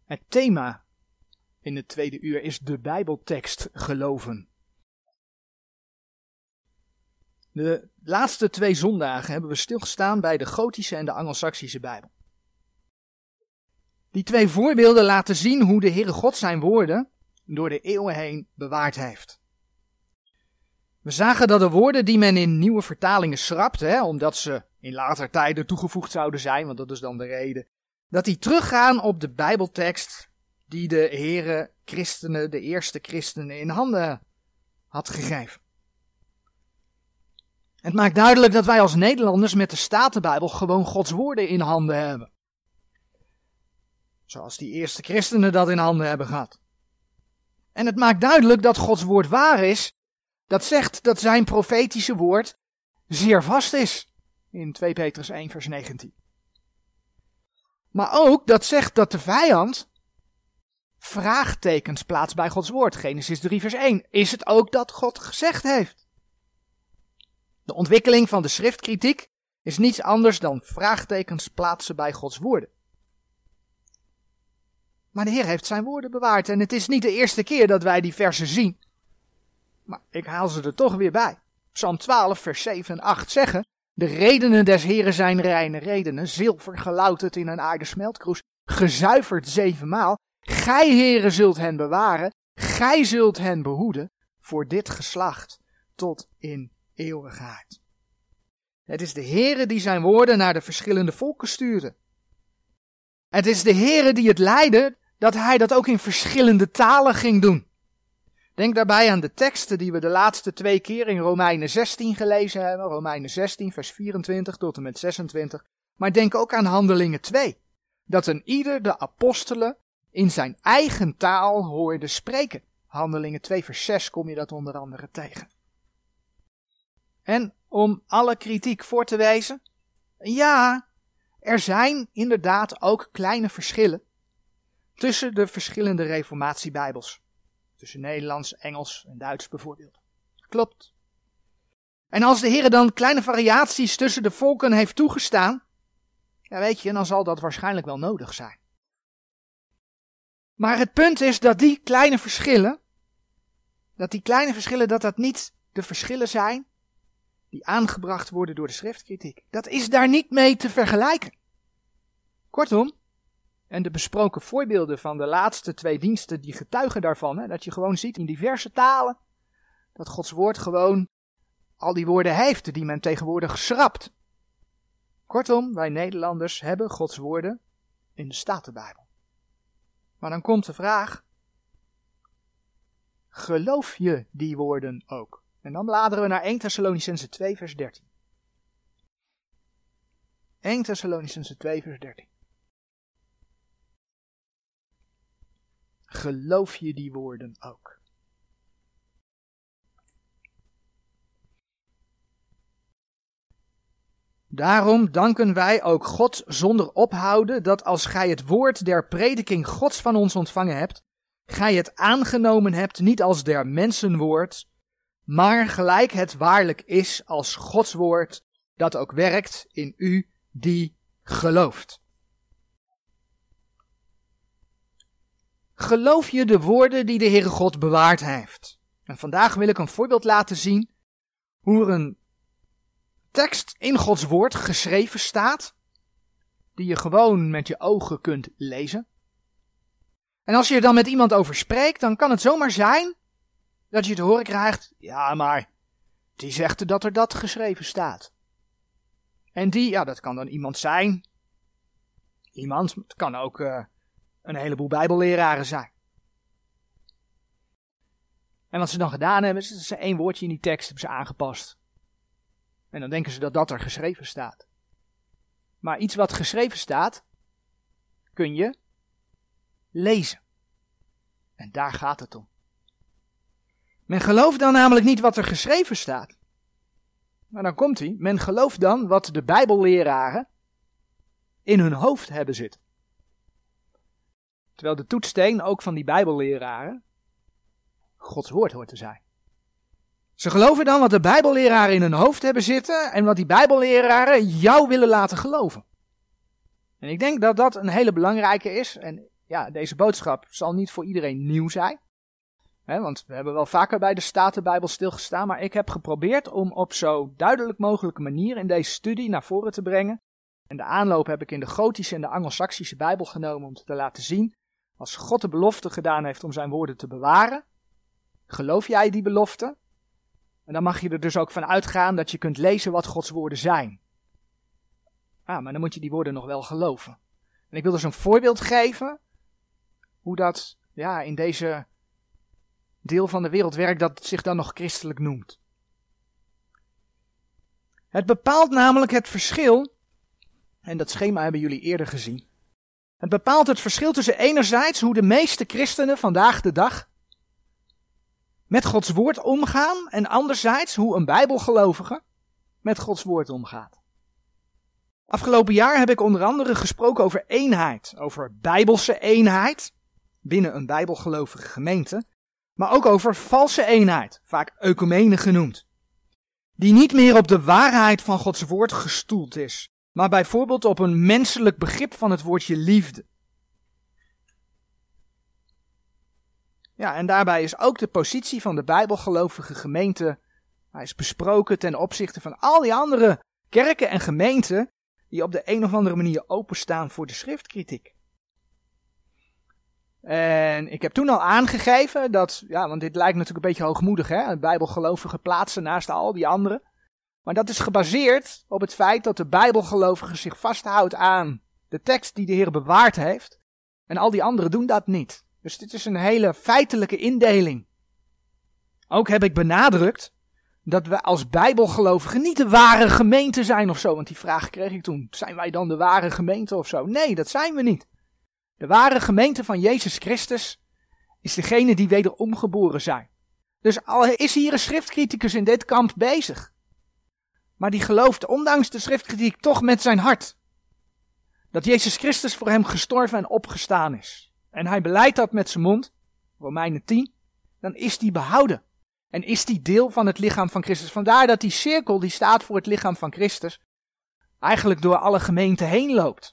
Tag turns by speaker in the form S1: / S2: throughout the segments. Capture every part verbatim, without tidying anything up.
S1: Het thema in het tweede uur is de Bijbeltekst geloven. De laatste twee zondagen hebben we stilgestaan bij de Gotische en de Angelsaksische Bijbel. Die twee voorbeelden laten zien hoe de Heere God zijn woorden door de eeuwen heen bewaard heeft. We zagen dat de woorden die men in nieuwe vertalingen schrapt, hè, omdat ze in later tijden toegevoegd zouden zijn, want dat is dan de reden, dat die teruggaan op de Bijbeltekst die de Heere christenen, de eerste christenen in handen had gegeven. Het maakt duidelijk dat wij als Nederlanders met de Statenbijbel gewoon Gods woorden in handen hebben. Zoals die eerste christenen dat in handen hebben gehad. En het maakt duidelijk dat Gods woord waar is. Dat zegt dat zijn profetische woord zeer vast is. In twee Petrus één vers negentien. Maar ook dat zegt dat de vijand vraagtekens plaatst bij Gods woord. Genesis drie vers één. Is het ook dat God gezegd heeft? De ontwikkeling van de schriftkritiek is niets anders dan vraagtekens plaatsen bij Gods woorden. Maar de Heer heeft zijn woorden bewaard en het is niet de eerste keer dat wij die versen zien. Maar ik haal ze er toch weer bij. Psalm twaalf vers zeven en acht zeggen: de redenen des Heeren zijn reine redenen, zilver gelouterd in een aarden smeltkroes, gezuiverd zevenmaal. Gij, Heere, zult hen bewaren, gij zult hen behoeden voor dit geslacht tot in eeuwigheid. Het is de Heere die zijn woorden naar de verschillende volken stuurde. Het is de Heere die het leidde dat hij dat ook in verschillende talen ging doen. Denk daarbij aan de teksten die we de laatste twee keer in Romeinen zestien gelezen hebben. Romeinen zestien vers vierentwintig tot en met zesentwintig. Maar denk ook aan Handelingen twee. Dat een ieder de apostelen in zijn eigen taal hoorde spreken. Handelingen twee vers zes kom je dat onder andere tegen. En om alle kritiek voor te wijzen. Ja, er zijn inderdaad ook kleine verschillen tussen de verschillende reformatiebijbels. Tussen Nederlands, Engels en Duits bijvoorbeeld. Klopt. En als de Heer dan kleine variaties tussen de volken heeft toegestaan, ja weet je, dan zal dat waarschijnlijk wel nodig zijn. Maar het punt is dat die kleine verschillen, dat die kleine verschillen, dat dat niet de verschillen zijn die aangebracht worden door de schriftkritiek. Dat is daar niet mee te vergelijken. Kortom, en de besproken voorbeelden van de laatste twee diensten die getuigen daarvan, hè, dat je gewoon ziet in diverse talen, dat Gods woord gewoon al die woorden heeft die men tegenwoordig schrapt. Kortom, wij Nederlanders hebben Gods woorden in de Statenbijbel. Maar dan komt de vraag, geloof je die woorden ook? En dan bladeren we naar eerste Thessalonicenzen twee vers dertien. eerste Thessalonicenzen twee vers dertien. Geloof je die woorden ook? Daarom danken wij ook God zonder ophouden dat als gij het woord der prediking Gods van ons ontvangen hebt, gij het aangenomen hebt niet als der mensen woord, maar gelijk het waarlijk is als Gods woord dat ook werkt in u die gelooft. Geloof je de woorden die de Heere God bewaard heeft? En vandaag wil ik een voorbeeld laten zien hoe er een tekst in Gods woord geschreven staat, die je gewoon met je ogen kunt lezen. En als je er dan met iemand over spreekt, dan kan het zomaar zijn dat je te horen krijgt, ja maar, die zegt dat er dat geschreven staat. En die, ja dat kan dan iemand zijn, iemand, het kan ook uh, een heleboel bijbelleraren zijn. En wat ze dan gedaan hebben, is dat ze één woordje in die tekst hebben ze aangepast. En dan denken ze dat dat er geschreven staat. Maar iets wat geschreven staat, kun je lezen. En daar gaat het om. Men gelooft dan namelijk niet wat er geschreven staat. Maar dan komt hij, men gelooft dan wat de bijbelleraren in hun hoofd hebben zitten. Terwijl de toetssteen ook van die bijbelleraren Gods woord hoort te zijn. Ze geloven dan wat de bijbelleraren in hun hoofd hebben zitten en wat die bijbelleraren jou willen laten geloven. En ik denk dat dat een hele belangrijke is en ja, deze boodschap zal niet voor iedereen nieuw zijn. He, want we hebben wel vaker bij de Statenbijbel stilgestaan, maar ik heb geprobeerd om op zo duidelijk mogelijke manier in deze studie naar voren te brengen. En de aanloop heb ik in de Gotische en de Angelsaksische Bijbel genomen om te laten zien, als God de belofte gedaan heeft om zijn woorden te bewaren, geloof jij die belofte? En dan mag je er dus ook van uitgaan dat je kunt lezen wat Gods woorden zijn. Ah, maar dan moet je die woorden nog wel geloven. En ik wil dus een voorbeeld geven hoe dat ja, in deze deel van de wereld werkt dat het zich dan nog christelijk noemt. Het bepaalt namelijk het verschil, en dat schema hebben jullie eerder gezien. Het bepaalt het verschil tussen enerzijds hoe de meeste christenen vandaag de dag met Gods woord omgaan en anderzijds hoe een bijbelgelovige met Gods woord omgaat. Afgelopen jaar heb ik onder andere gesproken over eenheid, over bijbelse eenheid binnen een bijbelgelovige gemeente, maar ook over valse eenheid, vaak ecumene genoemd, die niet meer op de waarheid van Gods woord gestoeld is, maar bijvoorbeeld op een menselijk begrip van het woordje liefde. Ja, en daarbij is ook de positie van de bijbelgelovige gemeente hij is besproken ten opzichte van al die andere kerken en gemeenten die op de een of andere manier openstaan voor de schriftkritiek. En ik heb toen al aangegeven dat, ja, want dit lijkt natuurlijk een beetje hoogmoedig, hè, het bijbelgelovige plaatsen naast al die anderen. Maar dat is gebaseerd op het feit dat de bijbelgelovige zich vasthoudt aan de tekst die de Heer bewaard heeft. En al die anderen doen dat niet. Dus dit is een hele feitelijke indeling. Ook heb ik benadrukt dat we als bijbelgelovigen niet de ware gemeente zijn of zo. Want die vraag kreeg ik toen. Zijn wij dan de ware gemeente of zo? Nee, dat zijn we niet. De ware gemeente van Jezus Christus is degene die wederom geboren zijn. Dus al is hier een schriftcriticus in dit kamp bezig. Maar die gelooft ondanks de schriftkritiek toch met zijn hart dat Jezus Christus voor hem gestorven en opgestaan is. En hij beleidt dat met zijn mond, Romeinen tien, dan is die behouden. En is die deel van het lichaam van Christus. Vandaar dat die cirkel die staat voor het lichaam van Christus eigenlijk door alle gemeenten heen loopt.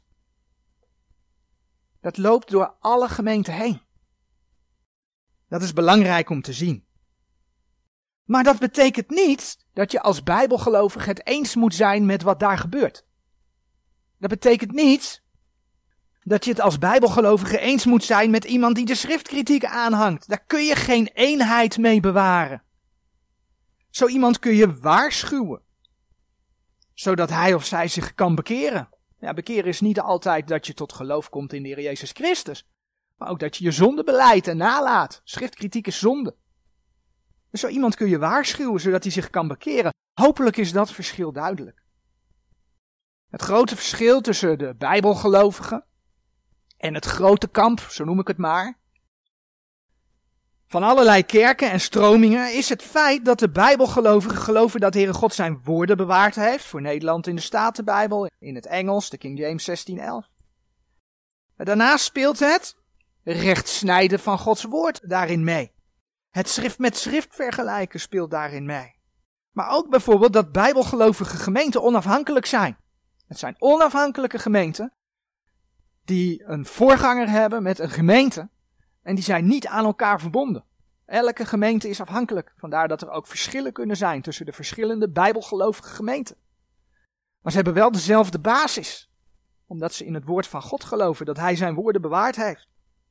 S1: Dat loopt door alle gemeenten heen. Dat is belangrijk om te zien. Maar dat betekent niet dat je als bijbelgelovige het eens moet zijn met wat daar gebeurt. Dat betekent niet dat je het als bijbelgelovige eens moet zijn met iemand die de schriftkritiek aanhangt. Daar kun je geen eenheid mee bewaren. Zo iemand kun je waarschuwen, zodat hij of zij zich kan bekeren. Ja, bekeren is niet altijd dat je tot geloof komt in de Heer Jezus Christus, maar ook dat je je zonde beleidt en nalaat. Schriftkritiek is zonde. Dus zo iemand kun je waarschuwen, zodat hij zich kan bekeren. Hopelijk is dat verschil duidelijk. Het grote verschil tussen de bijbelgelovigen en het grote kamp, zo noem ik het maar, van allerlei kerken en stromingen is het feit dat de bijbelgelovigen geloven dat de Heere God zijn woorden bewaard heeft. Voor Nederland in de Statenbijbel, in het Engels, de King James zestien elf. Daarnaast speelt het rechtsnijden van Gods woord daarin mee. Het schrift met schrift vergelijken speelt daarin mee. Maar ook bijvoorbeeld dat bijbelgelovige gemeenten onafhankelijk zijn. Het zijn onafhankelijke gemeenten die een voorganger hebben met een gemeente. En die zijn niet aan elkaar verbonden. Elke gemeente is afhankelijk. Vandaar dat er ook verschillen kunnen zijn tussen de verschillende bijbelgelovige gemeenten. Maar ze hebben wel dezelfde basis. Omdat ze in het woord van God geloven, dat hij zijn woorden bewaard heeft.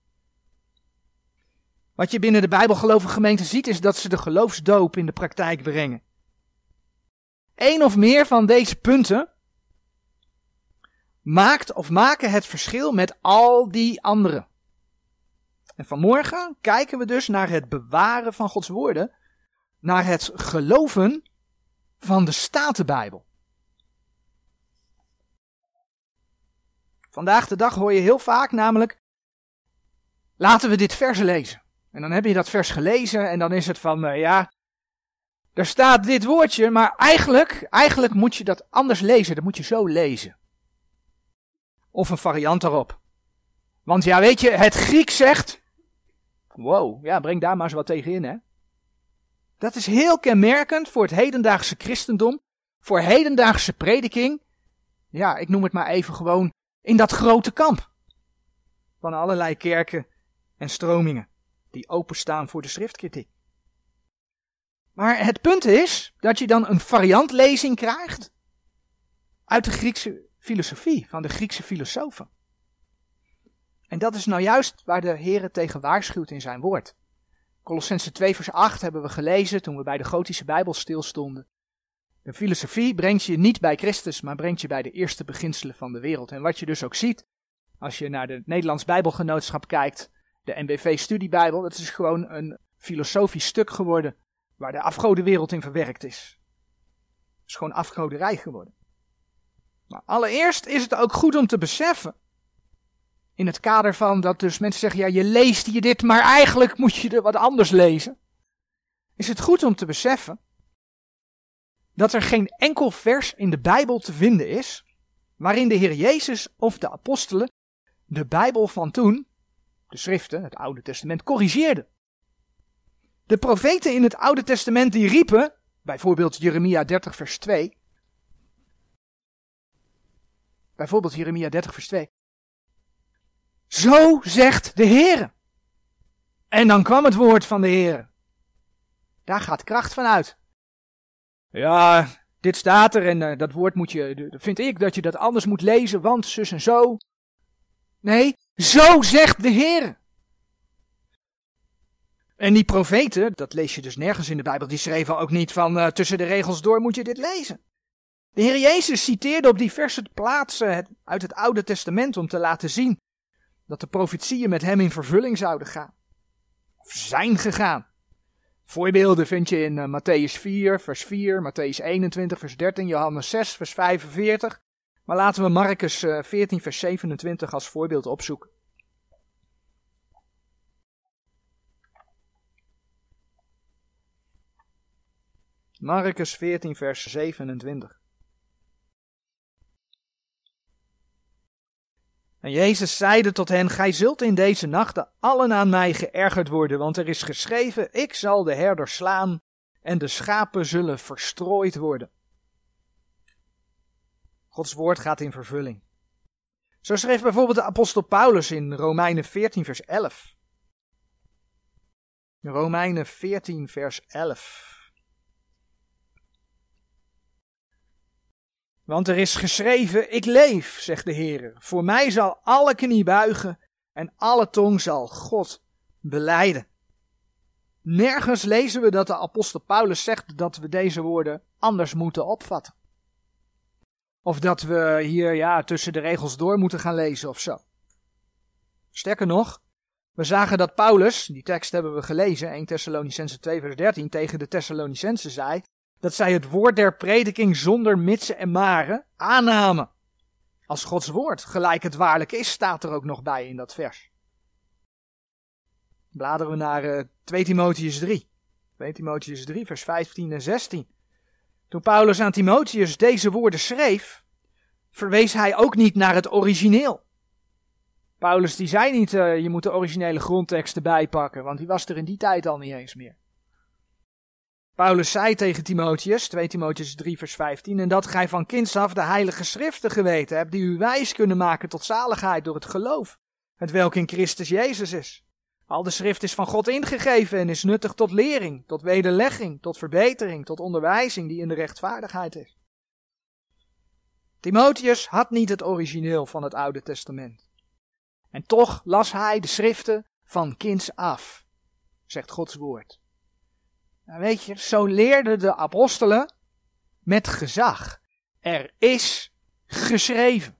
S1: Wat je binnen de bijbelgelovige gemeente ziet is dat ze de geloofsdoop in de praktijk brengen. Eén of meer van deze punten maakt of maken het verschil met al die anderen. En vanmorgen kijken we dus naar het bewaren van Gods woorden, naar het geloven van de Statenbijbel. Vandaag de dag hoor je heel vaak namelijk, laten we dit vers lezen. En dan heb je dat vers gelezen en dan is het van, uh, ja, er staat dit woordje, maar eigenlijk, eigenlijk moet je dat anders lezen. Dat moet je zo lezen. Of een variant daarop. Want ja, weet je, het Grieks zegt, wow, ja, breng daar maar eens wat tegen in, hè. Dat is heel kenmerkend voor het hedendaagse christendom, voor hedendaagse prediking. Ja, ik noem het maar even gewoon in dat grote kamp. van allerlei kerken en stromingen die openstaan voor de schriftkritiek. Maar het punt is dat je dan een variantlezing krijgt uit de Griekse filosofie, van de Griekse filosofen. En dat is nou juist waar de Heere tegen waarschuwt in zijn woord. Kolossenzen twee vers acht hebben we gelezen toen we bij de Gotische Bijbel stilstonden. De filosofie brengt je niet bij Christus, maar brengt je bij de eerste beginselen van de wereld. En wat je dus ook ziet, als je naar de Nederlands Bijbelgenootschap kijkt, de N B V-studiebijbel, dat is gewoon een filosofisch stuk geworden waar de afgodenwereld in verwerkt is. Het is gewoon afgoderij geworden. Maar allereerst is het ook goed om te beseffen, in het kader van dat dus mensen zeggen, ja je leest hier dit, maar eigenlijk moet je er wat anders lezen. Is het goed om te beseffen dat er geen enkel vers in de Bijbel te vinden is, waarin de Heer Jezus of de apostelen de Bijbel van toen, de schriften, het Oude Testament, corrigeerden. De profeten in het Oude Testament die riepen, bijvoorbeeld Jeremia dertig vers twee, bijvoorbeeld Jeremia dertig vers twee, zo zegt de Heere. En dan kwam het woord van de Heere. Daar gaat kracht van uit. Ja, dit staat er en uh, dat woord moet je, vind ik dat je dat anders moet lezen, want zus en zo. Nee, zo zegt de Heere. En die profeten, dat lees je dus nergens in de Bijbel, die schreven ook niet van uh, tussen de regels door moet je dit lezen. De Heer Jezus citeerde op diverse plaatsen het, uit het Oude Testament om te laten zien dat de profetieën met hem in vervulling zouden gaan. Of zijn gegaan. Voorbeelden vind je in uh, Matthäus vier, vers vier, Matthäus eenentwintig, vers dertien, Johannes zes, vers vijfenveertig. Maar laten we Marcus uh, veertien, vers zevenentwintig als voorbeeld opzoeken. Marcus veertien, vers zevenentwintig. En Jezus zeide tot hen, gij zult in deze nachten allen aan mij geërgerd worden, want er is geschreven, ik zal de herder slaan en de schapen zullen verstrooid worden. Gods woord gaat in vervulling. Zo schreef bijvoorbeeld de apostel Paulus in Romeinen veertien, vers elf. Romeinen veertien, vers elf. Want er is geschreven, ik leef, zegt de Heer. Voor mij zal alle knie buigen en alle tong zal God belijden. Nergens lezen we dat de apostel Paulus zegt dat we deze woorden anders moeten opvatten. Of dat we hier ja, tussen de regels door moeten gaan lezen of zo. Sterker nog, we zagen dat Paulus, die tekst hebben we gelezen, eerste Thessalonicenzen twee vers dertien, tegen de Thessalonicenzen zei, dat zij het woord der prediking zonder mitsen en maren aannamen. Als Gods woord, gelijk het waarlijk is, staat er ook nog bij in dat vers. Bladeren we naar uh, twee Timotheüs drie. twee Timotheüs drie, vers vijftien en zestien. Toen Paulus aan Timotheus deze woorden schreef, verwees hij ook niet naar het origineel. Paulus die zei niet, uh, je moet de originele grondtekst erbij pakken, want die was er in die tijd al niet eens meer. Paulus zei tegen Timotheus, twee Timotheüs drie vers vijftien, en dat gij van kinds af de heilige schriften geweten hebt, die u wijs kunnen maken tot zaligheid door het geloof, het welk in Christus Jezus is. Al de schrift is van God ingegeven en is nuttig tot lering, tot wederlegging, tot verbetering, tot onderwijzing die in de rechtvaardigheid is. Timotheus had niet het origineel van het Oude Testament. En toch las hij de schriften van kinds af, zegt Gods woord. Nou weet je, zo leerden de apostelen met gezag. Er is geschreven.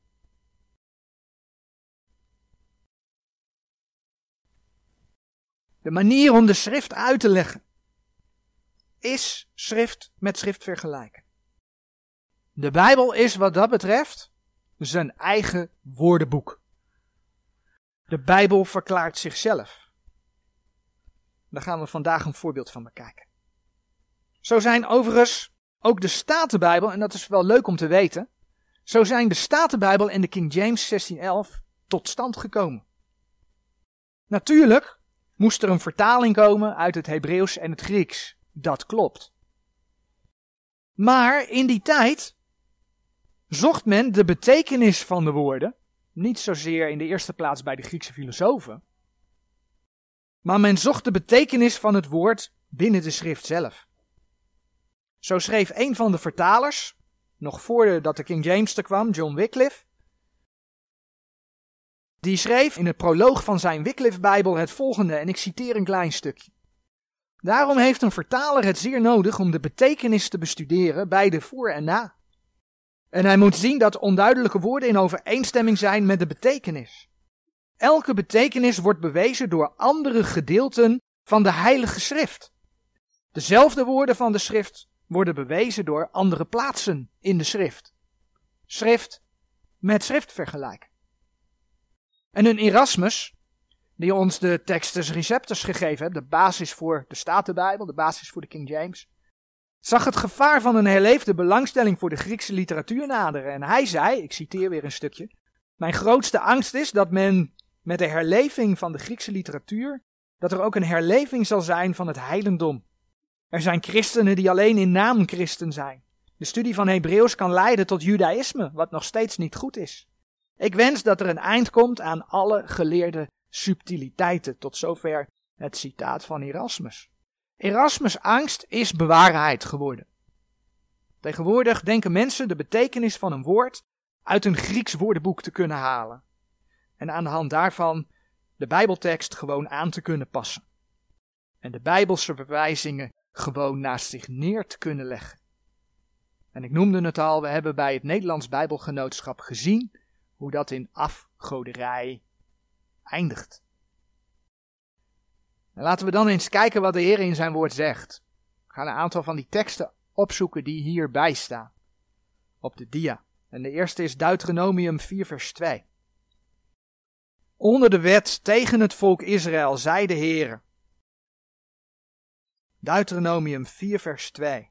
S1: De manier om de schrift uit te leggen is schrift met schrift vergelijken. De Bijbel is wat dat betreft zijn eigen woordenboek. De Bijbel verklaart zichzelf. Daar gaan we vandaag een voorbeeld van bekijken. Zo zijn overigens ook de Statenbijbel, en dat is wel leuk om te weten, zo zijn de Statenbijbel en de King James zestien elf tot stand gekomen. Natuurlijk moest er een vertaling komen uit het Hebreeuws en het Grieks. Dat klopt. Maar in die tijd zocht men de betekenis van de woorden niet zozeer in de eerste plaats bij de Griekse filosofen, maar men zocht de betekenis van het woord binnen de schrift zelf. Zo schreef een van de vertalers, nog voordat de King James er kwam, John Wycliffe, die schreef in het proloog van zijn Wycliffe-bijbel het volgende, en ik citeer een klein stukje. Daarom heeft een vertaler het zeer nodig om de betekenis te bestuderen bij de voor en na. En hij moet zien dat onduidelijke woorden in overeenstemming zijn met de betekenis. Elke betekenis wordt bewezen door andere gedeelten van de Heilige Schrift. Dezelfde woorden van de Schrift worden bewezen door andere plaatsen in de Schrift. Schrift met schrift vergelijken. En een Erasmus, die ons de Textus Receptus gegeven heeft, de basis voor de Statenbijbel, de basis voor de King James, zag het gevaar van een herleefde belangstelling voor de Griekse literatuur naderen. En hij zei, ik citeer weer een stukje, mijn grootste angst is dat men met de herleving van de Griekse literatuur, dat er ook een herleving zal zijn van het heidendom. Er zijn christenen die alleen in naam christen zijn. De studie van Hebreeuws kan leiden tot judaïsme, wat nog steeds niet goed is. Ik wens dat er een eind komt aan alle geleerde subtiliteiten. Tot zover het citaat van Erasmus. Erasmus' angst is bewaarheid geworden. Tegenwoordig denken mensen de betekenis van een woord uit een Grieks woordenboek te kunnen halen. En aan de hand daarvan de Bijbeltekst gewoon aan te kunnen passen. En de Bijbelse verwijzingen gewoon naast zich neer te kunnen leggen. En ik noemde het al, we hebben bij het Nederlands Bijbelgenootschap gezien hoe dat in afgoderij eindigt. En laten we dan eens kijken wat de Heer in zijn woord zegt. We gaan een aantal van die teksten opzoeken die hierbij staan. Op de dia. En de eerste is Deuteronomium vier vers twee. Onder de wet tegen het volk Israël zei de Heer. Deuteronomium vier vers twee.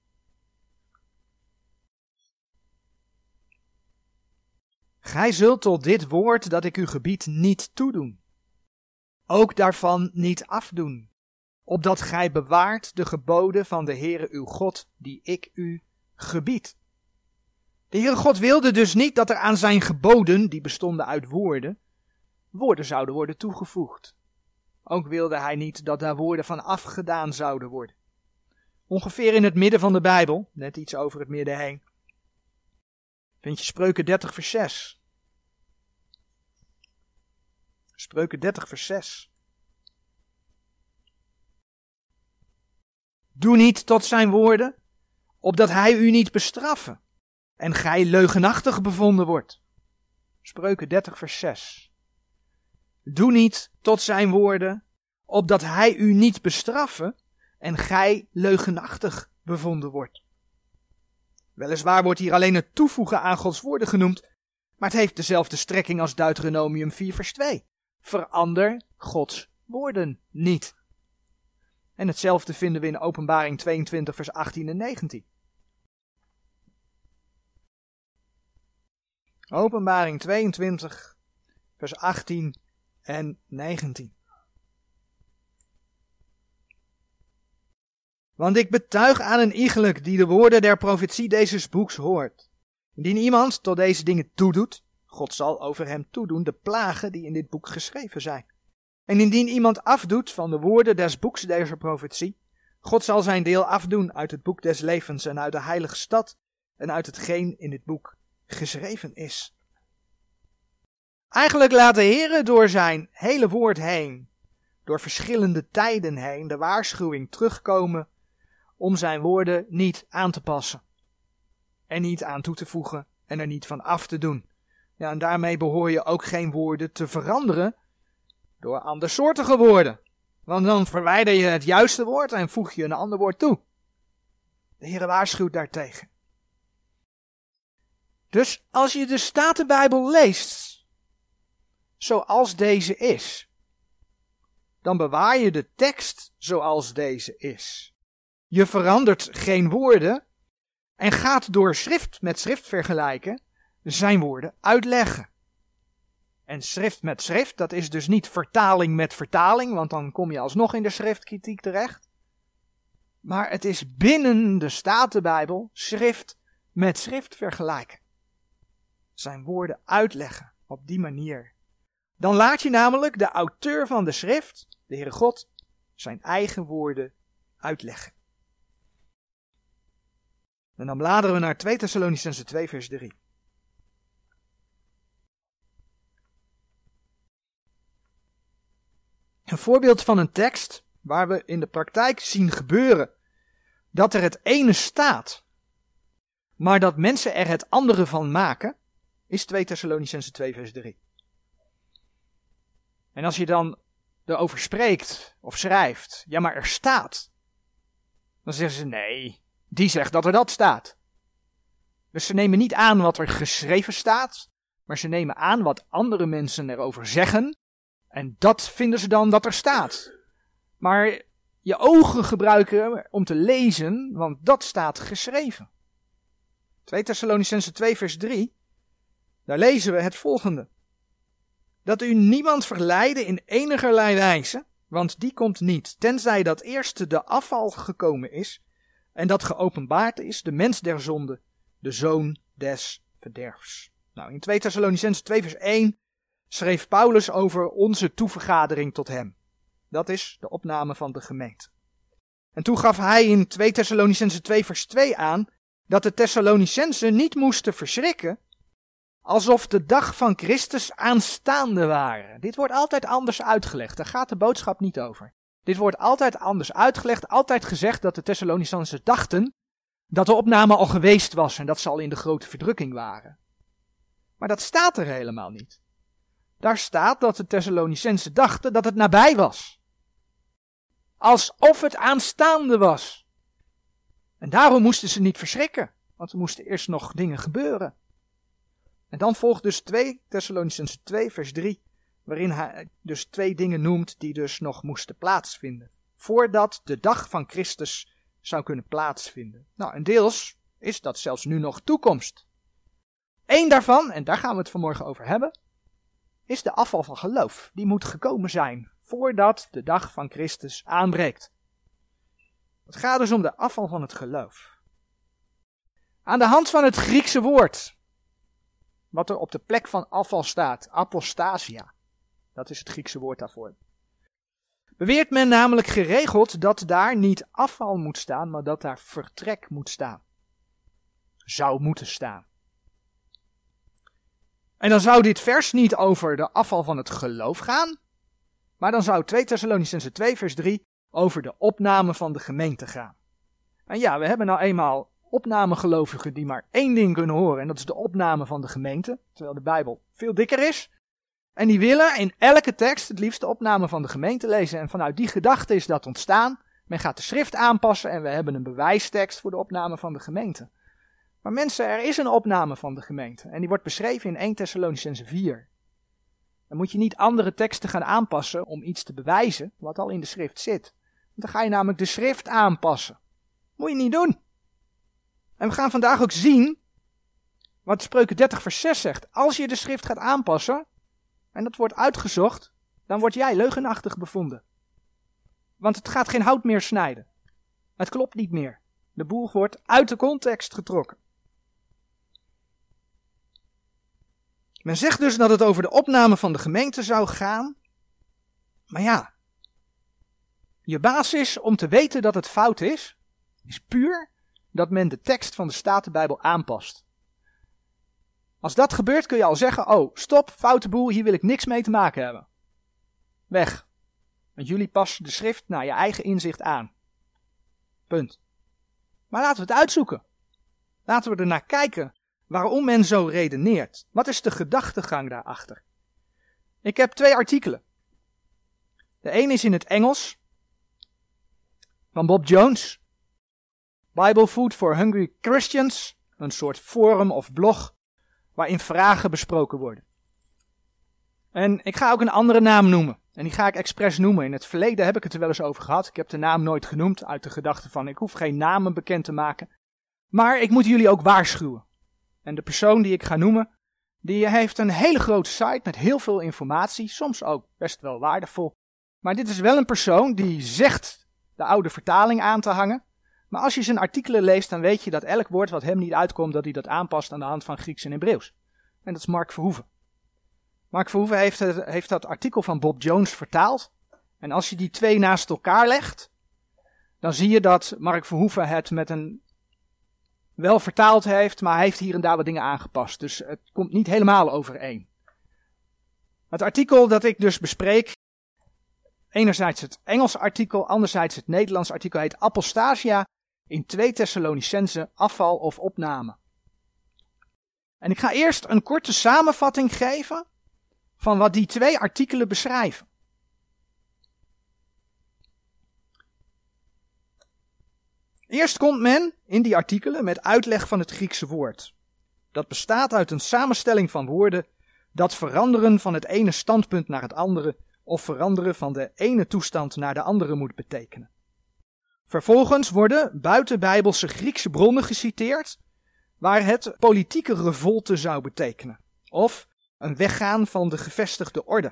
S1: Gij zult tot dit woord dat ik u gebied niet toedoen. Ook daarvan niet afdoen. Opdat gij bewaart de geboden van de Heere uw God die ik u gebied. De Heere God wilde dus niet dat er aan zijn geboden, die bestonden uit woorden, woorden zouden worden toegevoegd. Ook wilde hij niet dat daar woorden van afgedaan zouden worden. Ongeveer in het midden van de Bijbel, net iets over het midden heen, vind je Spreuken dertig vers zes. Spreuken dertig vers zes. Doe niet tot zijn woorden, opdat hij u niet bestraffen en gij leugenachtig bevonden wordt. Spreuken dertig vers zes. Doe niet tot zijn woorden, opdat hij u niet bestraffen en gij leugenachtig bevonden wordt. Weliswaar wordt hier alleen het toevoegen aan Gods woorden genoemd, maar het heeft dezelfde strekking als Deuteronomium vier vers twee. Verander Gods woorden niet. En hetzelfde vinden we in Openbaring tweeëntwintig vers achttien en negentien. Openbaring tweeëntwintig vers achttien en negentien. Want ik betuig aan een iegelijk die de woorden der profetie deze boeks hoort. Indien iemand tot deze dingen toedoet, God zal over hem toedoen de plagen die in dit boek geschreven zijn. En indien iemand afdoet van de woorden des boeks deze profetie, God zal zijn deel afdoen uit het boek des levens en uit de heilige stad en uit hetgeen in dit boek geschreven is. Eigenlijk laat de Heere door zijn hele woord heen, door verschillende tijden heen, de waarschuwing terugkomen om zijn woorden niet aan te passen. En niet aan toe te voegen en er niet van af te doen. Ja, en daarmee behoor je ook geen woorden te veranderen door andersoortige woorden. Want dan verwijder je het juiste woord en voeg je een ander woord toe. De Heere waarschuwt daartegen. Dus als je de Statenbijbel leest, zoals deze is, dan bewaar je de tekst zoals deze is. Je verandert geen woorden en gaat door schrift met schrift vergelijken zijn woorden uitleggen. En schrift met schrift, dat is dus niet vertaling met vertaling, want dan kom je alsnog in de schriftkritiek terecht. Maar het is binnen de Statenbijbel schrift met schrift vergelijken. Zijn woorden uitleggen. Op die manier. Dan laat je namelijk de auteur van de schrift, de Heere God, zijn eigen woorden uitleggen. En dan bladeren we naar twee Thessalonicenzen twee vers drie. Een voorbeeld van een tekst waar we in de praktijk zien gebeuren dat er het ene staat, maar dat mensen er het andere van maken, is twee Thessalonicenzen twee vers drie. En als je dan erover spreekt of schrijft, ja maar er staat, dan zeggen ze nee, die zegt dat er dat staat. Dus ze nemen niet aan wat er geschreven staat, maar ze nemen aan wat andere mensen erover zeggen en dat vinden ze dan dat er staat. Maar je ogen gebruiken om te lezen, want dat staat geschreven. twee Thessalonicenzen twee vers drie, daar lezen we het volgende. Dat u niemand verleiden in enigerlei wijze, want die komt niet, tenzij dat eerst de afval gekomen is, en dat geopenbaard is, de mens der zonde, de zoon des verderfs. Nou, in twee Thessalonicenzen twee vers één schreef Paulus over onze toevergadering tot hem. Dat is de opname van de gemeente. En toen gaf hij in twee Thessalonicenzen twee vers twee aan, dat de Thessalonicenzen niet moesten verschrikken, alsof de dag van Christus aanstaande waren. Dit wordt altijd anders uitgelegd, daar gaat de boodschap niet over. Dit wordt altijd anders uitgelegd, altijd gezegd dat de Thessalonicenzen dachten dat de opname al geweest was en dat ze al in de grote verdrukking waren. Maar dat staat er helemaal niet. Daar staat dat de Thessalonicenzen dachten dat het nabij was. Alsof het aanstaande was. En daarom moesten ze niet verschrikken, want er moesten eerst nog dingen gebeuren. En dan volgt dus twee Thessalonicenzen twee vers drie, waarin hij dus twee dingen noemt die dus nog moesten plaatsvinden. Voordat de dag van Christus zou kunnen plaatsvinden. Nou, en deels is dat zelfs nu nog toekomst. Eén daarvan, en daar gaan we het vanmorgen over hebben, is de afval van geloof. Die moet gekomen zijn voordat de dag van Christus aanbreekt. Het gaat dus om de afval van het geloof. Aan de hand van het Griekse woord, wat er op de plek van afval staat, apostasia, dat is het Griekse woord daarvoor, beweert men namelijk geregeld dat daar niet afval moet staan, maar dat daar vertrek moet staan. Zou moeten staan. En dan zou dit vers niet over de afval van het geloof gaan, maar dan zou twee Thessalonicenzen twee vers drie over de opname van de gemeente gaan. En ja, we hebben nou eenmaal opnamegelovigen die maar één ding kunnen horen, en dat is de opname van de gemeente, terwijl de Bijbel veel dikker is. En die willen in elke tekst het liefst de opname van de gemeente lezen. En vanuit die gedachte is dat ontstaan. Men gaat de schrift aanpassen en we hebben een bewijstekst voor de opname van de gemeente. Maar mensen, er is een opname van de gemeente. En die wordt beschreven in één Thessalonicenzen vier. Dan moet je niet andere teksten gaan aanpassen om iets te bewijzen wat al in de schrift zit. Want dan ga je namelijk de schrift aanpassen. Moet je niet doen. En we gaan vandaag ook zien wat Spreuken dertig vers zes zegt. Als je de schrift gaat aanpassen, en dat wordt uitgezocht, dan word jij leugenachtig bevonden. Want het gaat geen hout meer snijden. Het klopt niet meer. De boel wordt uit de context getrokken. Men zegt dus dat het over de opname van de gemeente zou gaan. Maar ja, je basis om te weten dat het fout is, is puur dat men de tekst van de Statenbijbel aanpast. Als dat gebeurt kun je al zeggen, oh stop, foute boel, hier wil ik niks mee te maken hebben. Weg. Want jullie passen de schrift naar je eigen inzicht aan. Punt. Maar laten we het uitzoeken. Laten we er naar kijken waarom men zo redeneert. Wat is de gedachtegang daarachter? Ik heb twee artikelen. De ene is in het Engels, van Bob Jones. Bible Food for Hungry Christians. Een soort forum of blog waarin vragen besproken worden. En ik ga ook een andere naam noemen. En die ga ik expres noemen. In het verleden heb ik het er wel eens over gehad. Ik heb de naam nooit genoemd uit de gedachte van ik hoef geen namen bekend te maken. Maar ik moet jullie ook waarschuwen. En de persoon die ik ga noemen, die heeft een hele grote site met heel veel informatie. Soms ook best wel waardevol. Maar dit is wel een persoon die zegt de oude vertaling aan te hangen. Maar als je zijn artikelen leest, dan weet je dat elk woord wat hem niet uitkomt, dat hij dat aanpast aan de hand van Grieks en Hebreeuws. En dat is Mark Verhoeven. Mark Verhoeven heeft, heeft dat artikel van Bob Jones vertaald. En als je die twee naast elkaar legt, dan zie je dat Mark Verhoeven het met een wel vertaald heeft, maar hij heeft hier en daar wat dingen aangepast. Dus het komt niet helemaal overeen. Het artikel dat ik dus bespreek, enerzijds het Engelse artikel, anderzijds het Nederlands artikel, heet Apostasia in twee Thessalonicenzen, afval of opname. En ik ga eerst een korte samenvatting geven van wat die twee artikelen beschrijven. Eerst komt men in die artikelen met uitleg van het Griekse woord. Dat bestaat uit een samenstelling van woorden dat veranderen van het ene standpunt naar het andere of veranderen van de ene toestand naar de andere moet betekenen. Vervolgens worden buitenbijbelse Griekse bronnen geciteerd waar het politieke revolte zou betekenen of een weggaan van de gevestigde orde.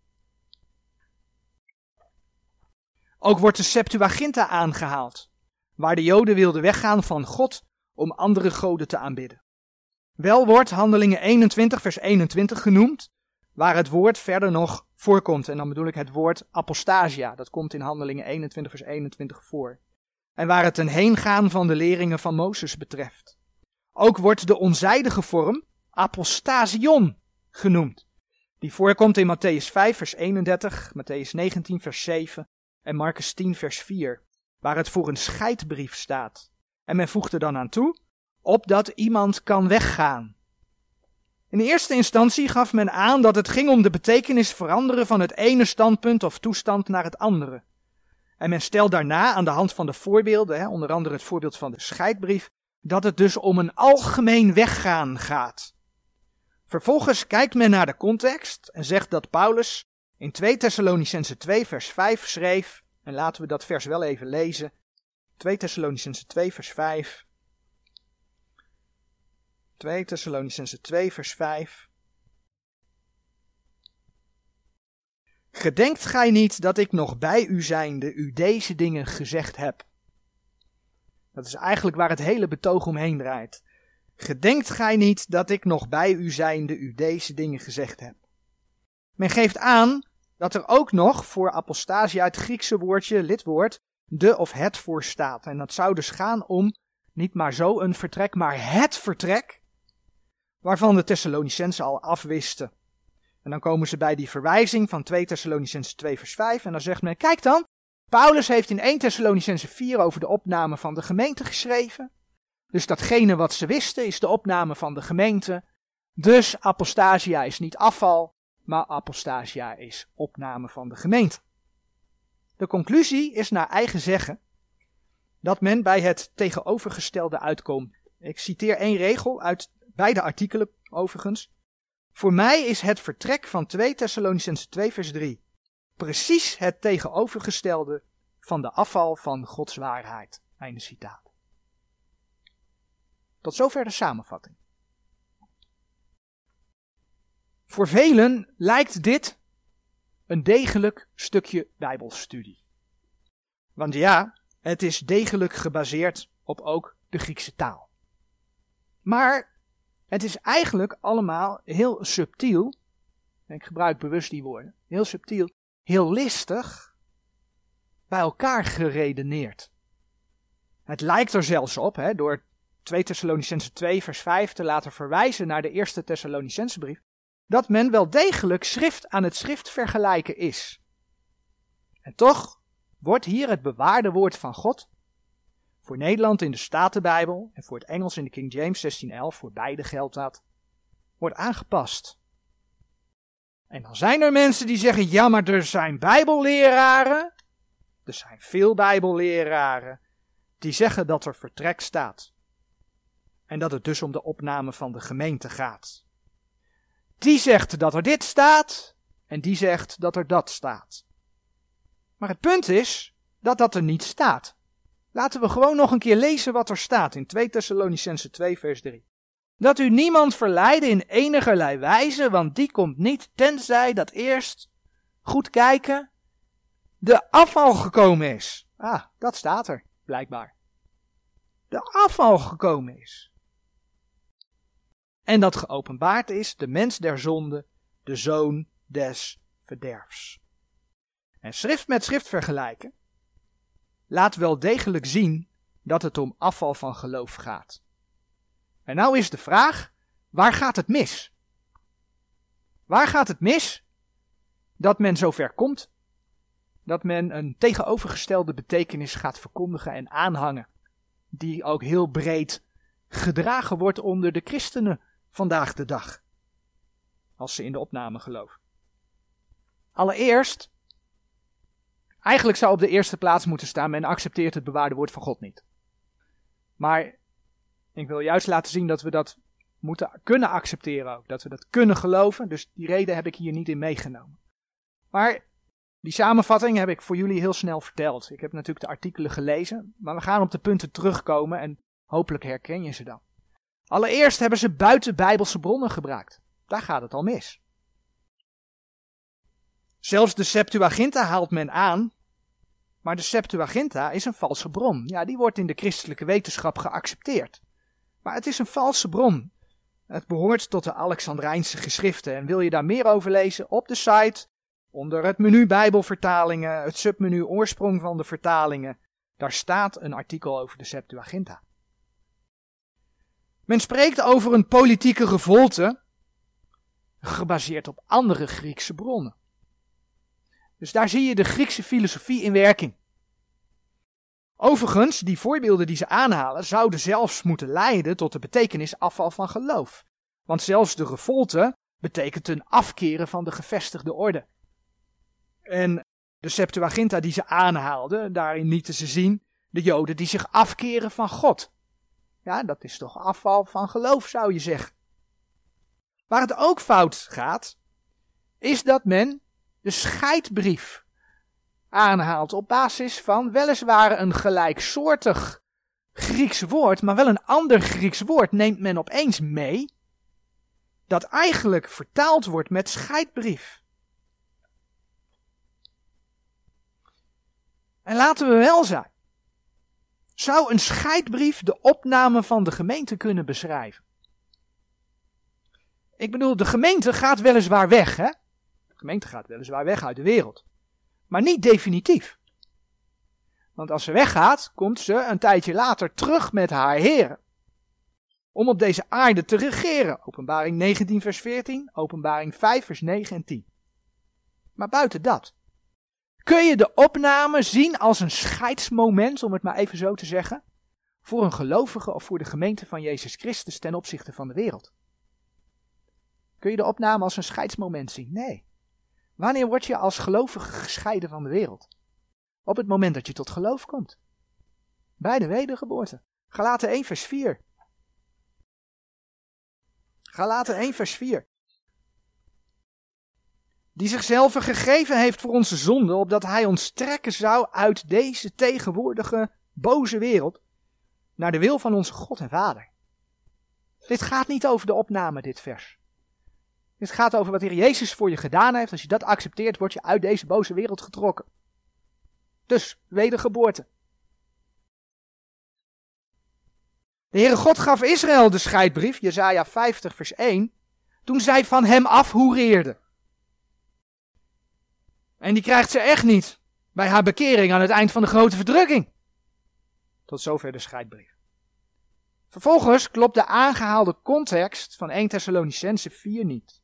S1: Ook wordt de Septuaginta aangehaald, waar de Joden wilden weggaan van God om andere goden te aanbidden. Wel wordt Handelingen eenentwintig vers eenentwintig genoemd, waar het woord verder nog voorkomt. En dan bedoel ik het woord apostasia, dat komt in Handelingen eenentwintig vers eenentwintig voor. En waar het een heengaan van de leringen van Mozes betreft. Ook wordt de onzijdige vorm apostasion genoemd. Die voorkomt in Matthäus vijf vers eenendertig, Matthäus negentien vers zeven en Marcus tien vers vier. Waar het voor een scheidbrief staat. En men voegt er dan aan toe, opdat iemand kan weggaan. In de eerste instantie gaf men aan dat het ging om de betekenis veranderen van het ene standpunt of toestand naar het andere. En men stelt daarna aan de hand van de voorbeelden, hè, onder andere het voorbeeld van de scheidbrief, dat het dus om een algemeen weggaan gaat. Vervolgens kijkt men naar de context en zegt dat Paulus in twee Thessalonicenzen twee vers vijf schreef, en laten we dat vers wel even lezen. twee Thessalonicenzen twee vers vijf. twee Thessalonicenzen twee vers vijf. Gedenkt gij niet dat ik nog bij u zijnde u deze dingen gezegd heb? Dat is eigenlijk waar het hele betoog omheen draait. Gedenkt gij niet dat ik nog bij u zijnde u deze dingen gezegd heb? Men geeft aan dat er ook nog voor apostasia het Griekse woordje, lidwoord, de of het voor staat. En dat zou dus gaan om niet maar zo een vertrek, maar het vertrek waarvan de Thessalonicenzen al afwisten. En dan komen ze bij die verwijzing van twee Thessalonicenzen twee vers vijf en dan zegt men, kijk dan, Paulus heeft in één Thessalonicenzen vier over de opname van de gemeente geschreven. Dus datgene wat ze wisten is de opname van de gemeente. Dus apostasia is niet afval, maar apostasia is opname van de gemeente. De conclusie is naar eigen zeggen dat men bij het tegenovergestelde uitkomt. Ik citeer één regel uit beide artikelen overigens. Voor mij is het vertrek van twee Thessalonicenzen twee vers drie precies het tegenovergestelde van de afval van Gods waarheid. Einde citaat. Tot zover de samenvatting. Voor velen lijkt dit een degelijk stukje Bijbelstudie. Want ja, het is degelijk gebaseerd op ook de Griekse taal. Maar het is eigenlijk allemaal heel subtiel, en ik gebruik bewust die woorden, heel subtiel, heel listig, bij elkaar geredeneerd. Het lijkt er zelfs op, hè, door twee Thessalonicenzen twee vers vijf te laten verwijzen naar de eerste Thessalonicense brief, dat men wel degelijk schrift aan het schrift vergelijken is. En toch wordt hier het bewaarde woord van God, voor Nederland in de Statenbijbel en voor het Engels in de King James zestien elf, voor beide geldt dat, wordt aangepast. En dan zijn er mensen die zeggen, ja, maar er zijn bijbelleraren, er zijn veel bijbelleraren, die zeggen dat er vertrek staat. En dat het dus om de opname van de gemeente gaat. Die zegt dat er dit staat en die zegt dat er dat staat. Maar het punt is dat dat er niet staat. Laten we gewoon nog een keer lezen wat er staat in twee Thessalonicenzen twee vers drie. Dat u niemand verleidde in enigerlei wijze, want die komt niet tenzij dat eerst, goed kijken, de afval gekomen is. Ah, dat staat er, blijkbaar. De afval gekomen is. En dat geopenbaard is de mens der zonde, de zoon des verderfs. En schrift met schrift vergelijken laat wel degelijk zien dat het om afval van geloof gaat. En nou is de vraag, waar gaat het mis? Waar gaat het mis dat men zover komt dat men een tegenovergestelde betekenis gaat verkondigen en aanhangen, die ook heel breed gedragen wordt onder de christenen vandaag de dag, als ze in de opname geloven? Allereerst, eigenlijk zou op de eerste plaats moeten staan, men accepteert het bewaarde woord van God niet. Maar ik wil juist laten zien dat we dat moeten kunnen accepteren ook, dat we dat kunnen geloven, dus die reden heb ik hier niet in meegenomen. Maar die samenvatting heb ik voor jullie heel snel verteld. Ik heb natuurlijk de artikelen gelezen, maar we gaan op de punten terugkomen en hopelijk herken je ze dan. Allereerst hebben ze buiten Bijbelse bronnen gebruikt. Daar gaat het al mis. Zelfs de Septuaginta haalt men aan, maar de Septuaginta is een valse bron. Ja, die wordt in de christelijke wetenschap geaccepteerd. Maar het is een valse bron. Het behoort tot de Alexandrijnse geschriften. En wil je daar meer over lezen? Op de site, onder het menu Bijbelvertalingen, het submenu oorsprong van de vertalingen, daar staat een artikel over de Septuaginta. Men spreekt over een politieke revolte, gebaseerd op andere Griekse bronnen. Dus daar zie je de Griekse filosofie in werking. Overigens, die voorbeelden die ze aanhalen, zouden zelfs moeten leiden tot de betekenis afval van geloof. Want zelfs de revolte betekent een afkeren van de gevestigde orde. En de Septuaginta die ze aanhaalden, daarin lieten ze zien de Joden die zich afkeren van God. Ja, dat is toch afval van geloof, zou je zeggen. Waar het ook fout gaat, is dat men de scheidbrief aanhaalt op basis van weliswaar een gelijksoortig Grieks woord, maar wel een ander Grieks woord neemt men opeens mee, dat eigenlijk vertaald wordt met scheidbrief. En laten we wel zijn, zou een scheidbrief de opname van de gemeente kunnen beschrijven? Ik bedoel, de gemeente gaat weliswaar weg, hè? De gemeente gaat weliswaar weg uit de wereld. Maar niet definitief. Want als ze weggaat, komt ze een tijdje later terug met haar heren. Om op deze aarde te regeren. Openbaring negentien vers veertien, Openbaring vijf vers negen en tien. Maar buiten dat. Kun je de opname zien als een scheidsmoment, om het maar even zo te zeggen, voor een gelovige of voor de gemeente van Jezus Christus ten opzichte van de wereld? Kun je de opname als een scheidsmoment zien? Nee. Wanneer word je als gelovige gescheiden van de wereld? Op het moment dat je tot geloof komt. Bij de wedergeboorte. Galaten één vers vier. Galaten één vers vier. Die zichzelf gegeven heeft voor onze zonde, opdat hij ons trekken zou uit deze tegenwoordige boze wereld, naar de wil van onze God en Vader. Dit gaat niet over de opname, dit vers. Dit gaat over wat de Heer Jezus voor je gedaan heeft. Als je dat accepteert, word je uit deze boze wereld getrokken. Dus, wedergeboorte. De Heere God gaf Israël de scheidbrief, Jesaja vijftig vers één, toen zij van hem afhoereerden. En die krijgt ze echt niet bij haar bekering aan het eind van de grote verdrukking. Tot zover de scheidbrief. Vervolgens klopt de aangehaalde context van eerste Thessalonicenzen vier niet.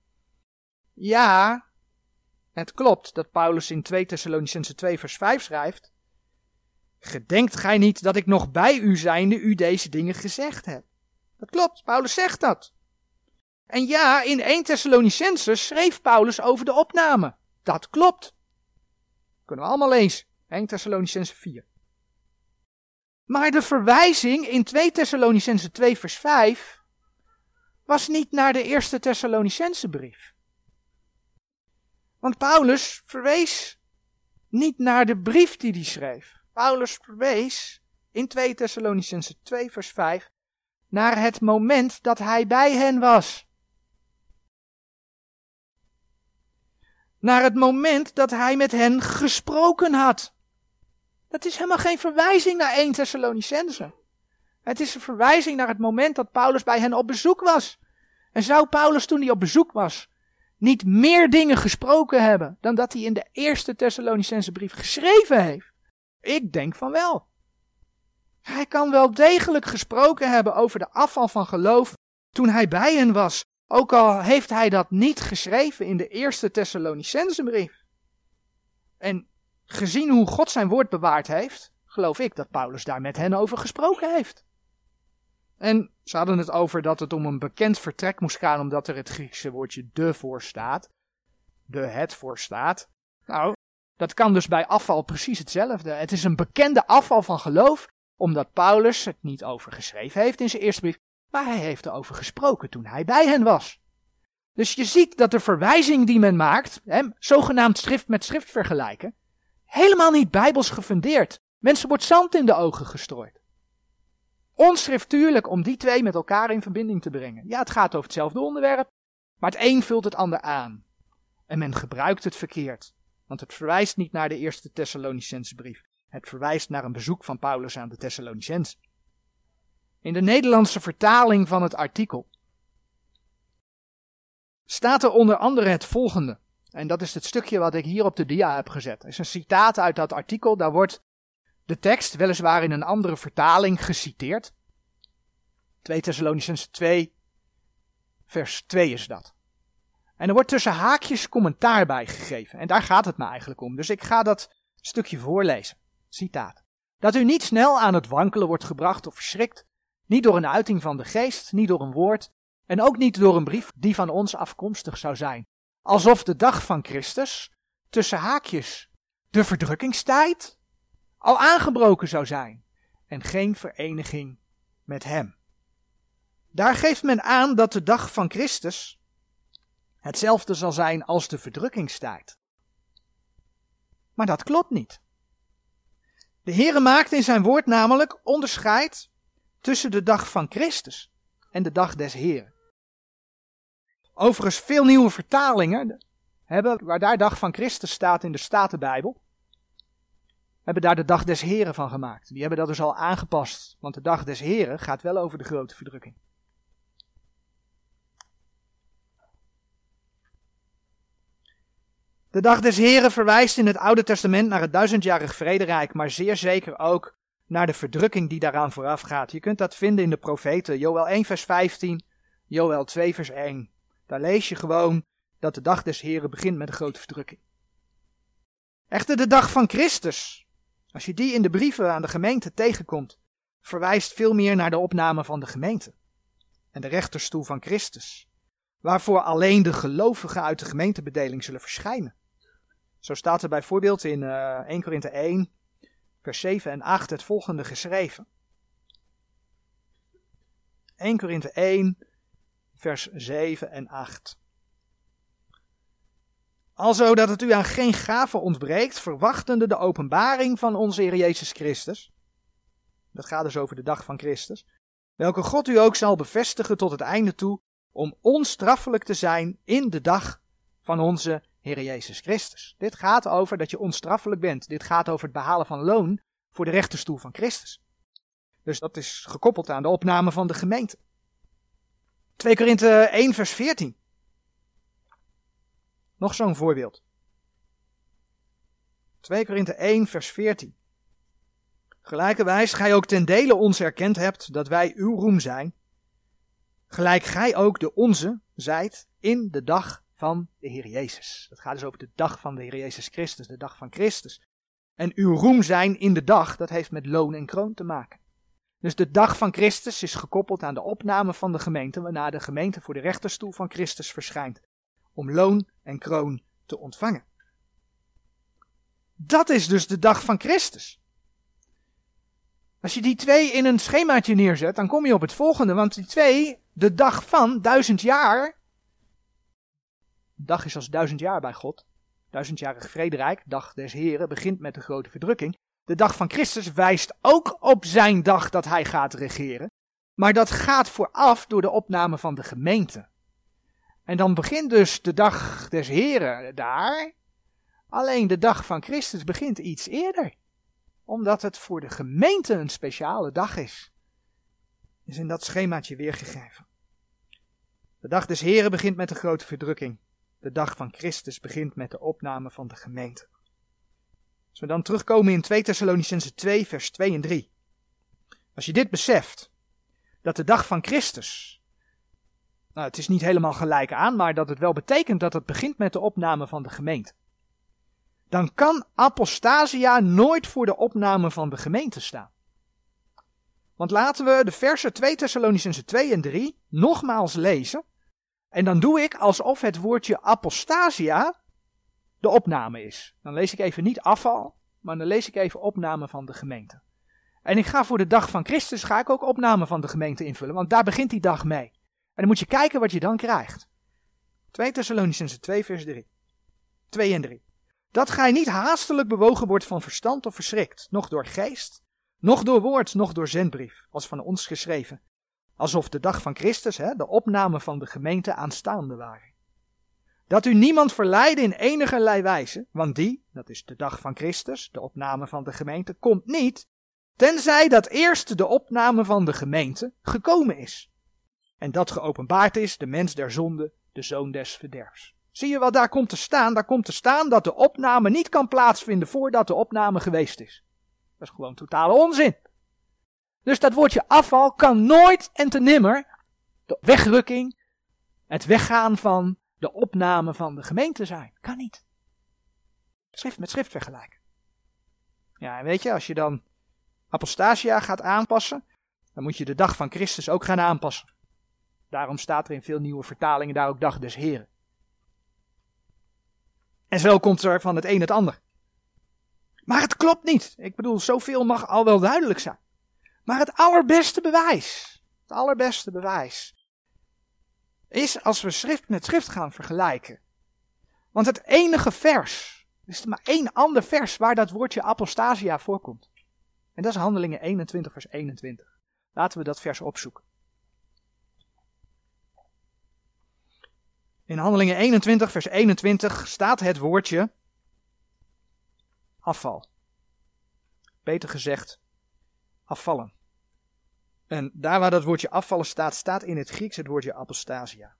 S1: Ja, het klopt dat Paulus in tweede Thessalonicenzen twee vers vijf schrijft: gedenkt gij niet dat ik nog bij u zijnde u deze dingen gezegd heb? Dat klopt, Paulus zegt dat. En ja, in eerste Thessalonicenzen schreef Paulus over de opname. Dat klopt. Kunnen we allemaal lezen. eerste Thessalonicenzen vier. Maar de verwijzing in tweede Thessalonicenzen twee vers vijf was niet naar de eerste Thessalonicense brief. Want Paulus verwees niet naar de brief die hij schreef. Paulus verwees in tweede Thessalonicenzen twee vers vijf naar het moment dat hij bij hen was. Naar het moment dat hij met hen gesproken had. Dat is helemaal geen verwijzing naar eerste Thessalonicenzen. Het is een verwijzing naar het moment dat Paulus bij hen op bezoek was. En zou Paulus toen hij op bezoek was niet meer dingen gesproken hebben dan dat hij in de eerste Thessalonicense brief geschreven heeft? Ik denk van wel. Hij kan wel degelijk gesproken hebben over de afval van geloof toen hij bij hen was. Ook al heeft hij dat niet geschreven in de eerste Thessalonicense brief. En gezien hoe God zijn woord bewaard heeft, geloof ik dat Paulus daar met hen over gesproken heeft. En ze hadden het over dat het om een bekend vertrek moest gaan, omdat er het Griekse woordje de voor staat. De het voor staat. Nou, dat kan dus bij afval precies hetzelfde. Het is een bekende afval van geloof, omdat Paulus het niet over geschreven heeft in zijn eerste brief, maar hij heeft erover gesproken toen hij bij hen was. Dus je ziet dat de verwijzing die men maakt, hè, zogenaamd schrift met schrift vergelijken, helemaal niet bijbels gefundeerd. Mensen wordt zand in de ogen gestrooid. Onschriftuurlijk om die twee met elkaar in verbinding te brengen. Ja, het gaat over hetzelfde onderwerp, maar het een vult het ander aan. En men gebruikt het verkeerd, want het verwijst niet naar de eerste Thessalonicense brief. Het verwijst naar een bezoek van Paulus aan de Thessalonicenzen. In de Nederlandse vertaling van het artikel staat er onder andere het volgende. En dat is het stukje wat ik hier op de dia heb gezet. Het is een citaat uit dat artikel. Daar wordt de tekst weliswaar in een andere vertaling geciteerd. twee Thessalonicenzen twee, vers twee is dat. En er wordt tussen haakjes commentaar bij gegeven. En daar gaat het me eigenlijk om. Dus ik ga dat stukje voorlezen. Citaat. Dat u niet snel aan het wankelen wordt gebracht of verschrikt. Niet door een uiting van de geest, niet door een woord. En ook niet door een brief die van ons afkomstig zou zijn. Alsof de dag van Christus, tussen haakjes, de verdrukkingstijd, al aangebroken zou zijn. En geen vereniging met hem. Daar geeft men aan dat de dag van Christus hetzelfde zal zijn als de verdrukkingstijd. Maar dat klopt niet. De Heere maakt in zijn woord namelijk onderscheid tussen de dag van Christus en de dag des Heeren. Overigens veel nieuwe vertalingen hebben, waar daar dag van Christus staat in de Statenbijbel, hebben daar de dag des Heeren van gemaakt. Die hebben dat dus al aangepast, want de dag des Heeren gaat wel over de grote verdrukking. De dag des Heeren verwijst in het Oude Testament naar het duizendjarig vrederijk, maar zeer zeker ook naar de verdrukking die daaraan vooraf gaat. Je kunt dat vinden in de profeten, Joël één vers vijftien, Joël twee vers één. Daar lees je gewoon dat de dag des Heeren begint met de grote verdrukking. Echter de dag van Christus, als je die in de brieven aan de gemeente tegenkomt, verwijst veel meer naar de opname van de gemeente en de rechterstoel van Christus, waarvoor alleen de gelovigen uit de gemeentebedeling zullen verschijnen. Zo staat er bijvoorbeeld in uh, eerste Korinthe één, vers zeven en acht het volgende geschreven. eerste Korinthe één, vers zeven en acht. Alzo dat het u aan geen gave ontbreekt, verwachtende de openbaring van onze Heer Jezus Christus. Dat gaat dus over de dag van Christus. Welke God u ook zal bevestigen tot het einde toe, om onstraffelijk te zijn in de dag van onze Heer Jezus Christus. Dit gaat over dat je onstraffelijk bent. Dit gaat over het behalen van loon voor de rechterstoel van Christus. Dus dat is gekoppeld aan de opname van de gemeente. twee Korinthe één vers veertien. Nog zo'n voorbeeld. twee Korinthe één vers veertien. Gelijkerwijs gij ook ten dele ons erkend hebt dat wij uw roem zijn, gelijk gij ook de onze zijt in de dag van de Heer Jezus. Dat gaat dus over de dag van de Heer Jezus Christus, de dag van Christus. En uw roem zijn in de dag, dat heeft met loon en kroon te maken. Dus de dag van Christus is gekoppeld aan de opname van de gemeente, waarna de gemeente voor de rechterstoel van Christus verschijnt, om loon en kroon te ontvangen. Dat is dus de dag van Christus. Als je die twee in een schemaatje neerzet, dan kom je op het volgende, want die twee, de dag van duizend jaar, de dag is als duizend jaar bij God, duizendjarig vrederijk, dag des Heren, begint met de grote verdrukking. De dag van Christus wijst ook op zijn dag dat hij gaat regeren, maar dat gaat vooraf door de opname van de gemeente. En dan begint dus de dag des Heren daar, alleen de dag van Christus begint iets eerder, omdat het voor de gemeente een speciale dag is. Is in dat schemaatje weergegeven. De dag des Heren begint met de grote verdrukking. De dag van Christus begint met de opname van de gemeente. Als we dan terugkomen in twee Thessalonicenzen twee, vers twee en drie. Als je dit beseft, dat de dag van Christus, nou het is niet helemaal gelijk aan, maar dat het wel betekent dat het begint met de opname van de gemeente. Dan kan apostasia nooit voor de opname van de gemeente staan. Want laten we de versen twee Thessalonicenzen twee en drie nogmaals lezen. En dan doe ik alsof het woordje apostasia de opname is. Dan lees ik even niet afval, maar dan lees ik even opname van de gemeente. En ik ga voor de dag van Christus ga ik ook opname van de gemeente invullen, want daar begint die dag mee. En dan moet je kijken wat je dan krijgt. twee Thessalonicenzen twee vers drie. twee en drie. Dat gij niet haastelijk bewogen wordt van verstand of verschrikt, noch door geest, noch door woord, noch door zendbrief, als van ons geschreven. Alsof de dag van Christus, hè, de opname van de gemeente, aanstaande waren. Dat u niemand verleidde in enigerlei wijze, want die, dat is de dag van Christus, de opname van de gemeente, komt niet, tenzij dat eerst de opname van de gemeente gekomen is. En dat geopenbaard is, de mens der zonde, de zoon des verderfs. Zie je wat daar komt te staan? Daar komt te staan dat de opname niet kan plaatsvinden voordat de opname geweest is. Dat is gewoon totale onzin. Dus dat woordje afval kan nooit en te nimmer de wegrukking, het weggaan van de opname van de gemeente zijn. Kan niet. Schrift met schrift vergelijken. Ja, en weet je, als je dan apostasia gaat aanpassen, dan moet je de dag van Christus ook gaan aanpassen. Daarom staat er in veel nieuwe vertalingen daar ook dag des Heren. En zo komt er van het een het ander. Maar het klopt niet. Ik bedoel, zoveel mag al wel duidelijk zijn. Maar het allerbeste bewijs, het allerbeste bewijs, is als we schrift met schrift gaan vergelijken. Want het enige vers, er is er maar één ander vers waar dat woordje apostasia voorkomt. En dat is Handelingen eenentwintig vers eenentwintig. Laten we dat vers opzoeken. In Handelingen eenentwintig vers eenentwintig staat het woordje afval. Beter gezegd, afvallen. En daar waar dat woordje afvallen staat, staat in het Grieks het woordje apostasia.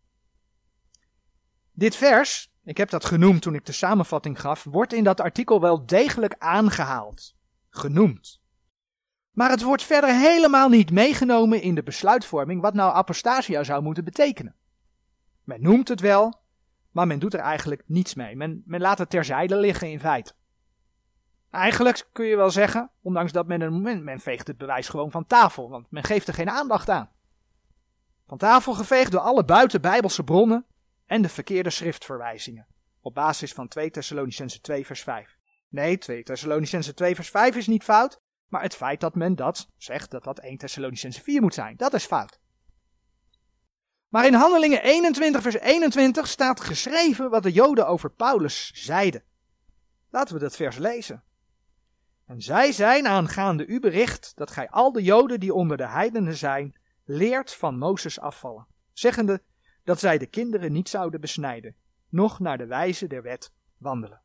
S1: Dit vers, ik heb dat genoemd toen ik de samenvatting gaf, wordt in dat artikel wel degelijk aangehaald. Genoemd. Maar het wordt verder helemaal niet meegenomen in de besluitvorming wat nou apostasia zou moeten betekenen. Men noemt het wel, maar men doet er eigenlijk niets mee. Men, men laat het terzijde liggen in feite. Eigenlijk kun je wel zeggen, ondanks dat men een moment, men veegt het bewijs gewoon van tafel, want men geeft er geen aandacht aan. Van tafel geveegd door alle buitenbijbelse bronnen en de verkeerde schriftverwijzingen, op basis van twee Thessalonicenzen twee vers vijf. Nee, twee Thessalonicenzen twee vers vijf is niet fout, maar het feit dat men dat zegt dat dat één Thessalonicenzen vier moet zijn, dat is fout. Maar in Handelingen eenentwintig vers eenentwintig staat geschreven wat de Joden over Paulus zeiden. Laten we dat vers lezen. En zij zijn aangaande u bericht dat gij al de Joden die onder de heidenen zijn, leert van Mozes afvallen, zeggende dat zij de kinderen niet zouden besnijden, noch naar de wijze der wet wandelen.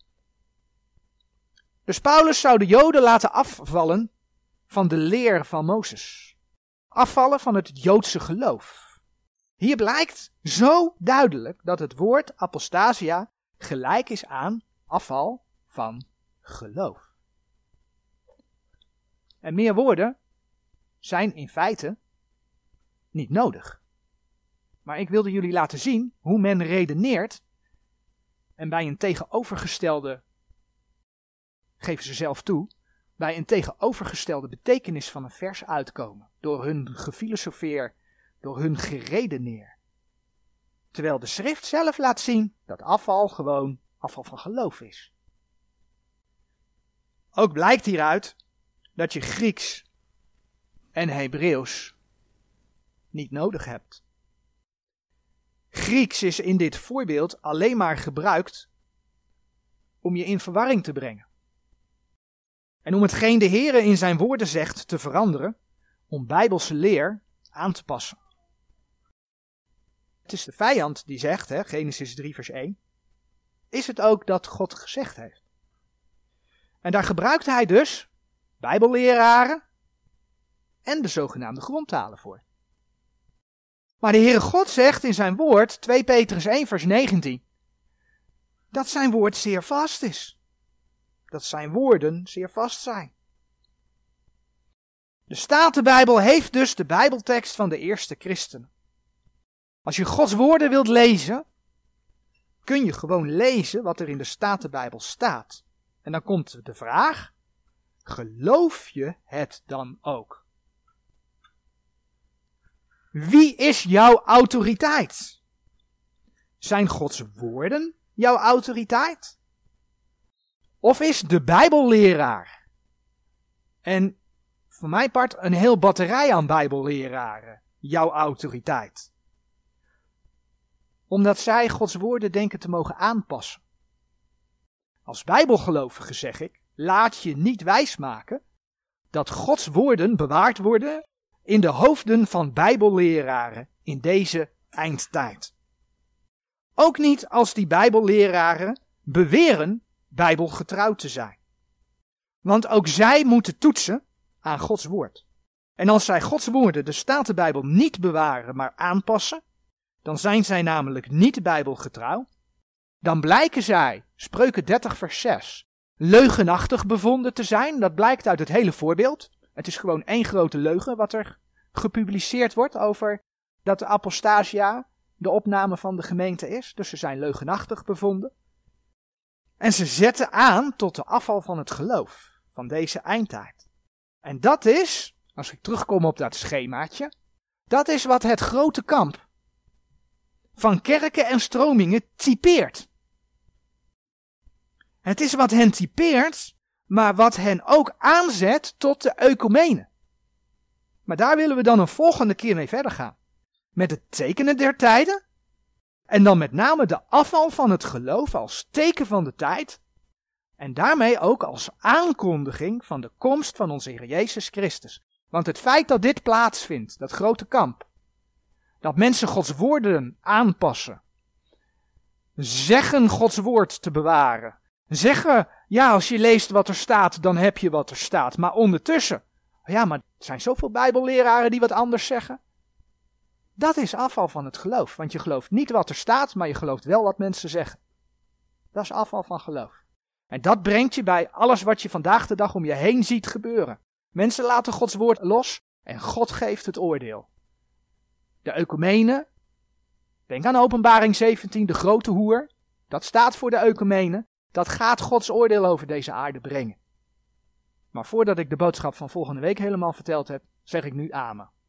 S1: Dus Paulus zou de Joden laten afvallen van de leer van Mozes. Afvallen van het Joodse geloof. Hier blijkt zo duidelijk dat het woord apostasia gelijk is aan afval van geloof. En meer woorden zijn in feite niet nodig. Maar ik wilde jullie laten zien hoe men redeneert en bij een tegenovergestelde, geven ze zelf toe, bij een tegenovergestelde betekenis van een vers uitkomen. Door hun gefilosofeer, door hun geredeneer. Terwijl de schrift zelf laat zien dat afval gewoon afval van geloof is. Ook blijkt hieruit dat je Grieks en Hebreeuws niet nodig hebt. Grieks is in dit voorbeeld alleen maar gebruikt om je in verwarring te brengen. En om hetgeen de Heere in zijn woorden zegt te veranderen, om bijbelse leer aan te passen. Het is de vijand die zegt, hè, Genesis drie vers één, is het ook dat God gezegd heeft. En daar gebruikt hij dus bijbelleraren en de zogenaamde grondtalen voor. Maar de Heere God zegt in zijn woord, twee Petrus één vers negentien, dat zijn woord zeer vast is. Dat zijn woorden zeer vast zijn. De Statenbijbel heeft dus de Bijbeltekst van de eerste christenen. Als je Gods woorden wilt lezen, kun je gewoon lezen wat er in de Statenbijbel staat. En dan komt de vraag, geloof je het dan ook? Wie is jouw autoriteit? Zijn Gods woorden jouw autoriteit? Of is de Bijbelleraar, en voor mijn part een heel batterij aan Bijbelleraren, jouw autoriteit? Omdat zij Gods woorden denken te mogen aanpassen. Als Bijbelgelovige zeg ik, laat je niet wijsmaken dat Gods woorden bewaard worden in de hoofden van Bijbelleraren in deze eindtijd. Ook niet als die Bijbelleraren beweren Bijbelgetrouw te zijn. Want ook zij moeten toetsen aan Gods woord. En als zij Gods woorden, de Statenbijbel, niet bewaren, maar aanpassen, dan zijn zij namelijk niet Bijbelgetrouw. Dan blijken zij, Spreuken dertig vers zes, leugenachtig bevonden te zijn. Dat blijkt uit het hele voorbeeld. Het is gewoon één grote leugen wat er gepubliceerd wordt over dat de apostasia de opname van de gemeente is. Dus ze zijn leugenachtig bevonden. En ze zetten aan tot de afval van het geloof van deze eindtijd. En dat is, als ik terugkom op dat schemaatje, dat is wat het grote kamp van kerken en stromingen typeert. Het is wat hen typeert, maar wat hen ook aanzet tot de œkumene. Maar daar willen we dan een volgende keer mee verder gaan. Met het tekenen der tijden. En dan met name de afval van het geloof als teken van de tijd. En daarmee ook als aankondiging van de komst van onze Heer Jezus Christus. Want het feit dat dit plaatsvindt, dat grote kamp, dat mensen Gods woorden aanpassen, zeggen Gods woord te bewaren, zeggen, ja, als je leest wat er staat, dan heb je wat er staat. Maar ondertussen, ja, maar er zijn zoveel Bijbelleraren die wat anders zeggen. Dat is afval van het geloof, want je gelooft niet wat er staat, maar je gelooft wel wat mensen zeggen. Dat is afval van geloof. En dat brengt je bij alles wat je vandaag de dag om je heen ziet gebeuren. Mensen laten Gods woord los en God geeft het oordeel. De œkumene, denk aan Openbaring zeventien, de grote hoer, dat staat voor de œkumene, dat gaat Gods oordeel over deze aarde brengen. Maar voordat ik de boodschap van volgende week helemaal verteld heb, zeg ik nu amen.